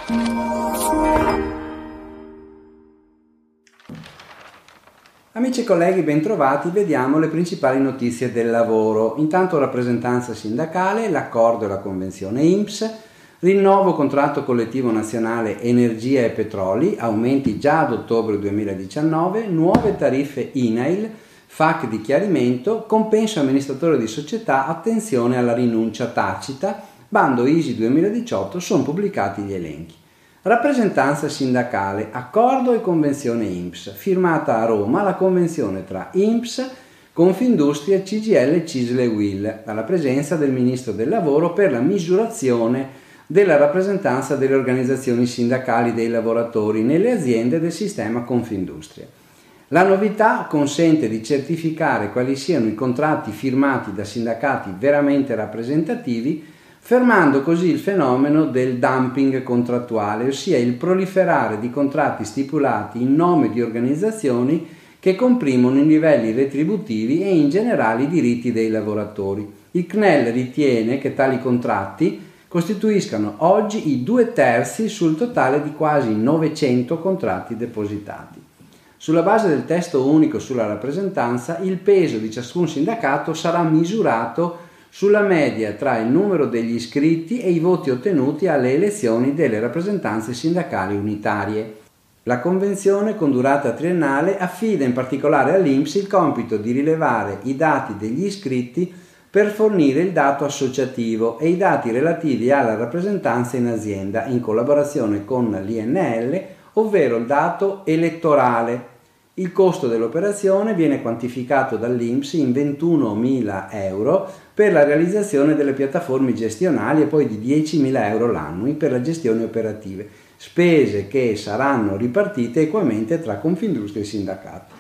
Amici e colleghi, bentrovati. Vediamo le principali notizie del lavoro. Intanto rappresentanza sindacale, l'accordo e la convenzione INPS, rinnovo contratto collettivo nazionale energia e petroli, aumenti già ad ottobre 2019, nuove tariffe INAIL, FAC di chiarimento, compenso amministratore di società, attenzione alla rinuncia tacita, bando ISI 2018, sono pubblicati gli elenchi. Rappresentanza sindacale, accordo e convenzione INPS, firmata a Roma la convenzione tra INPS, Confindustria, CGIL, CISL e UIL, alla presenza del Ministro del Lavoro per la misurazione della rappresentanza delle organizzazioni sindacali dei lavoratori nelle aziende del sistema Confindustria. La novità consente di certificare quali siano i contratti firmati da sindacati veramente rappresentativi, fermando così il fenomeno del dumping contrattuale, ossia il proliferare di contratti stipulati in nome di organizzazioni che comprimono i livelli retributivi e in generale i diritti dei lavoratori. Il CNEL ritiene che tali contratti costituiscano oggi i 2/3 sul totale di quasi 900 contratti depositati. Sulla base del testo unico sulla rappresentanza, il peso di ciascun sindacato sarà misurato sulla media tra il numero degli iscritti e i voti ottenuti alle elezioni delle rappresentanze sindacali unitarie. La convenzione, con durata triennale, affida in particolare all'INPS il compito di rilevare i dati degli iscritti per fornire il dato associativo e i dati relativi alla rappresentanza in azienda, in collaborazione con l'INL, ovvero il dato elettorale. Il costo dell'operazione viene quantificato dall'INPS in 21.000 euro per la realizzazione delle piattaforme gestionali e poi di 10.000 euro l'anno per le gestioni operative, spese che saranno ripartite equamente tra Confindustria e sindacato.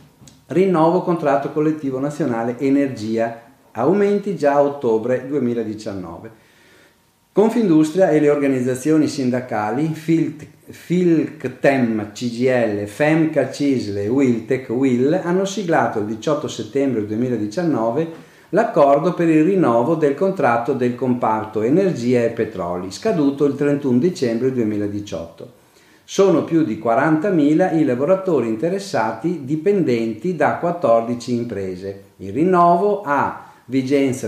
Rinnovo contratto collettivo nazionale energia, aumenti già a ottobre 2019. Confindustria e le organizzazioni sindacali FILCTEM, CGIL, FEMCA, CISL e UILTEC, UIL hanno siglato il 18 settembre 2019 l'accordo per il rinnovo del contratto del comparto energia e petroli, scaduto il 31 dicembre 2018. Sono più di 40.000 i lavoratori interessati dipendenti da 14 imprese. Il rinnovo ha vigenza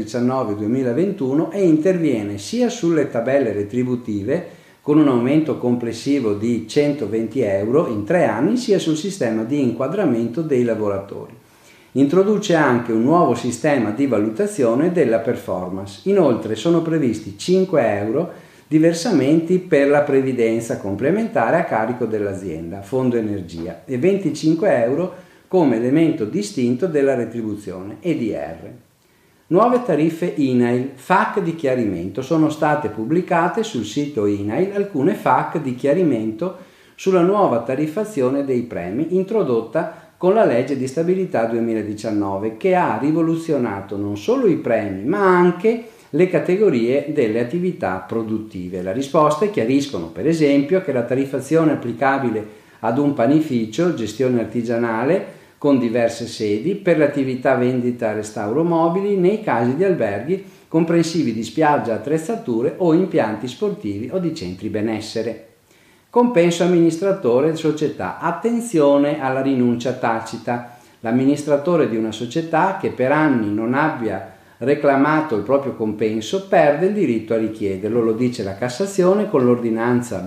2019-2021 e interviene sia sulle tabelle retributive con un aumento complessivo di 120 euro in 3 anni, sia sul sistema di inquadramento dei lavoratori. Introduce anche un nuovo sistema di valutazione della performance. Inoltre sono previsti 5 euro di versamenti per la previdenza complementare a carico dell'azienda, Fondo Energia, e 25 euro come elemento distinto della retribuzione, EDR. Nuove tariffe INAIL, FAC di chiarimento. Sono state pubblicate sul sito INAIL alcune FAC di chiarimento sulla nuova tariffazione dei premi introdotta con la legge di stabilità 2019, che ha rivoluzionato non solo i premi ma anche le categorie delle attività produttive. Le risposte chiariscono per esempio che la tariffazione applicabile ad un panificio, gestione artigianale con diverse sedi, per l'attività vendita e restauro mobili, nei casi di alberghi comprensivi di spiaggia, attrezzature o impianti sportivi o di centri benessere. Compenso amministratore società. Attenzione alla rinuncia tacita. L'amministratore di una società che per anni non abbia reclamato il proprio compenso perde il diritto a richiederlo, lo dice la Cassazione con l'ordinanza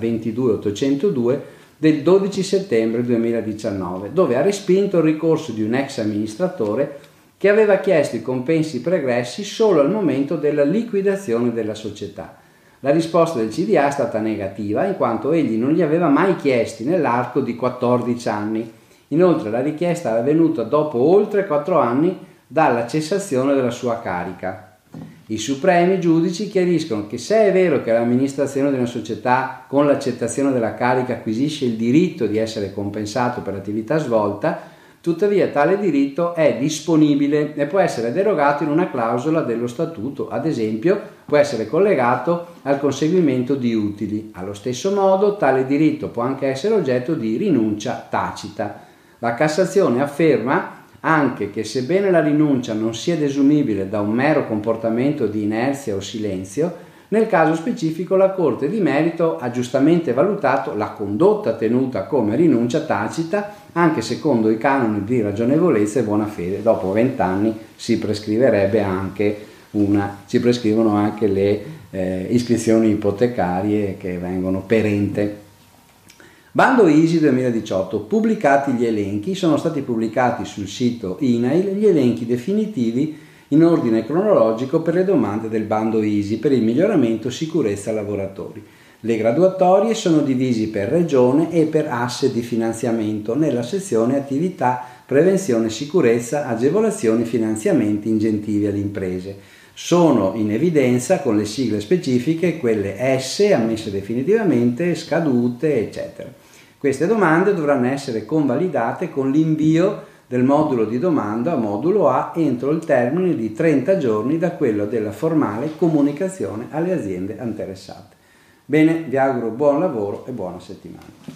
22802 del 12 settembre 2019, dove ha respinto il ricorso di un ex amministratore che aveva chiesto i compensi pregressi solo al momento della liquidazione della società. La risposta del CDA è stata negativa, in quanto egli non li aveva mai chiesti nell'arco di 14 anni. Inoltre la richiesta era avvenuta dopo oltre 4 anni dalla cessazione della sua carica. I supremi giudici chiariscono che se è vero che l'amministrazione di una società con l'accettazione della carica acquisisce il diritto di essere compensato per l'attività svolta, tuttavia tale diritto è disponibile e può essere derogato in una clausola dello statuto, ad esempio può essere collegato al conseguimento di utili. Allo stesso modo tale diritto può anche essere oggetto di rinuncia tacita. La Cassazione afferma anche che sebbene la rinuncia non sia desumibile da un mero comportamento di inerzia o silenzio, Nel caso specifico la Corte di Merito ha giustamente valutato la condotta tenuta come rinuncia tacita anche secondo i canoni di ragionevolezza e buona fede. Dopo 20 anni si prescrivono anche le iscrizioni ipotecarie che vengono perente. Bando ISI 2018. Pubblicati gli elenchi, sono stati pubblicati sul sito INAIL gli elenchi definitivi in ordine cronologico per le domande del bando ISI per il miglioramento sicurezza lavoratori. Le graduatorie sono divisi per regione e per asse di finanziamento nella sezione attività, prevenzione, sicurezza, agevolazioni, finanziamenti, incentivi alle imprese. Sono in evidenza con le sigle specifiche quelle S, ammesse definitivamente, scadute, eccetera. Queste domande dovranno essere convalidate con l'invio del modulo di domanda, modulo A, entro il termine di 30 giorni da quello della formale comunicazione alle aziende interessate. Bene, vi auguro buon lavoro e buona settimana.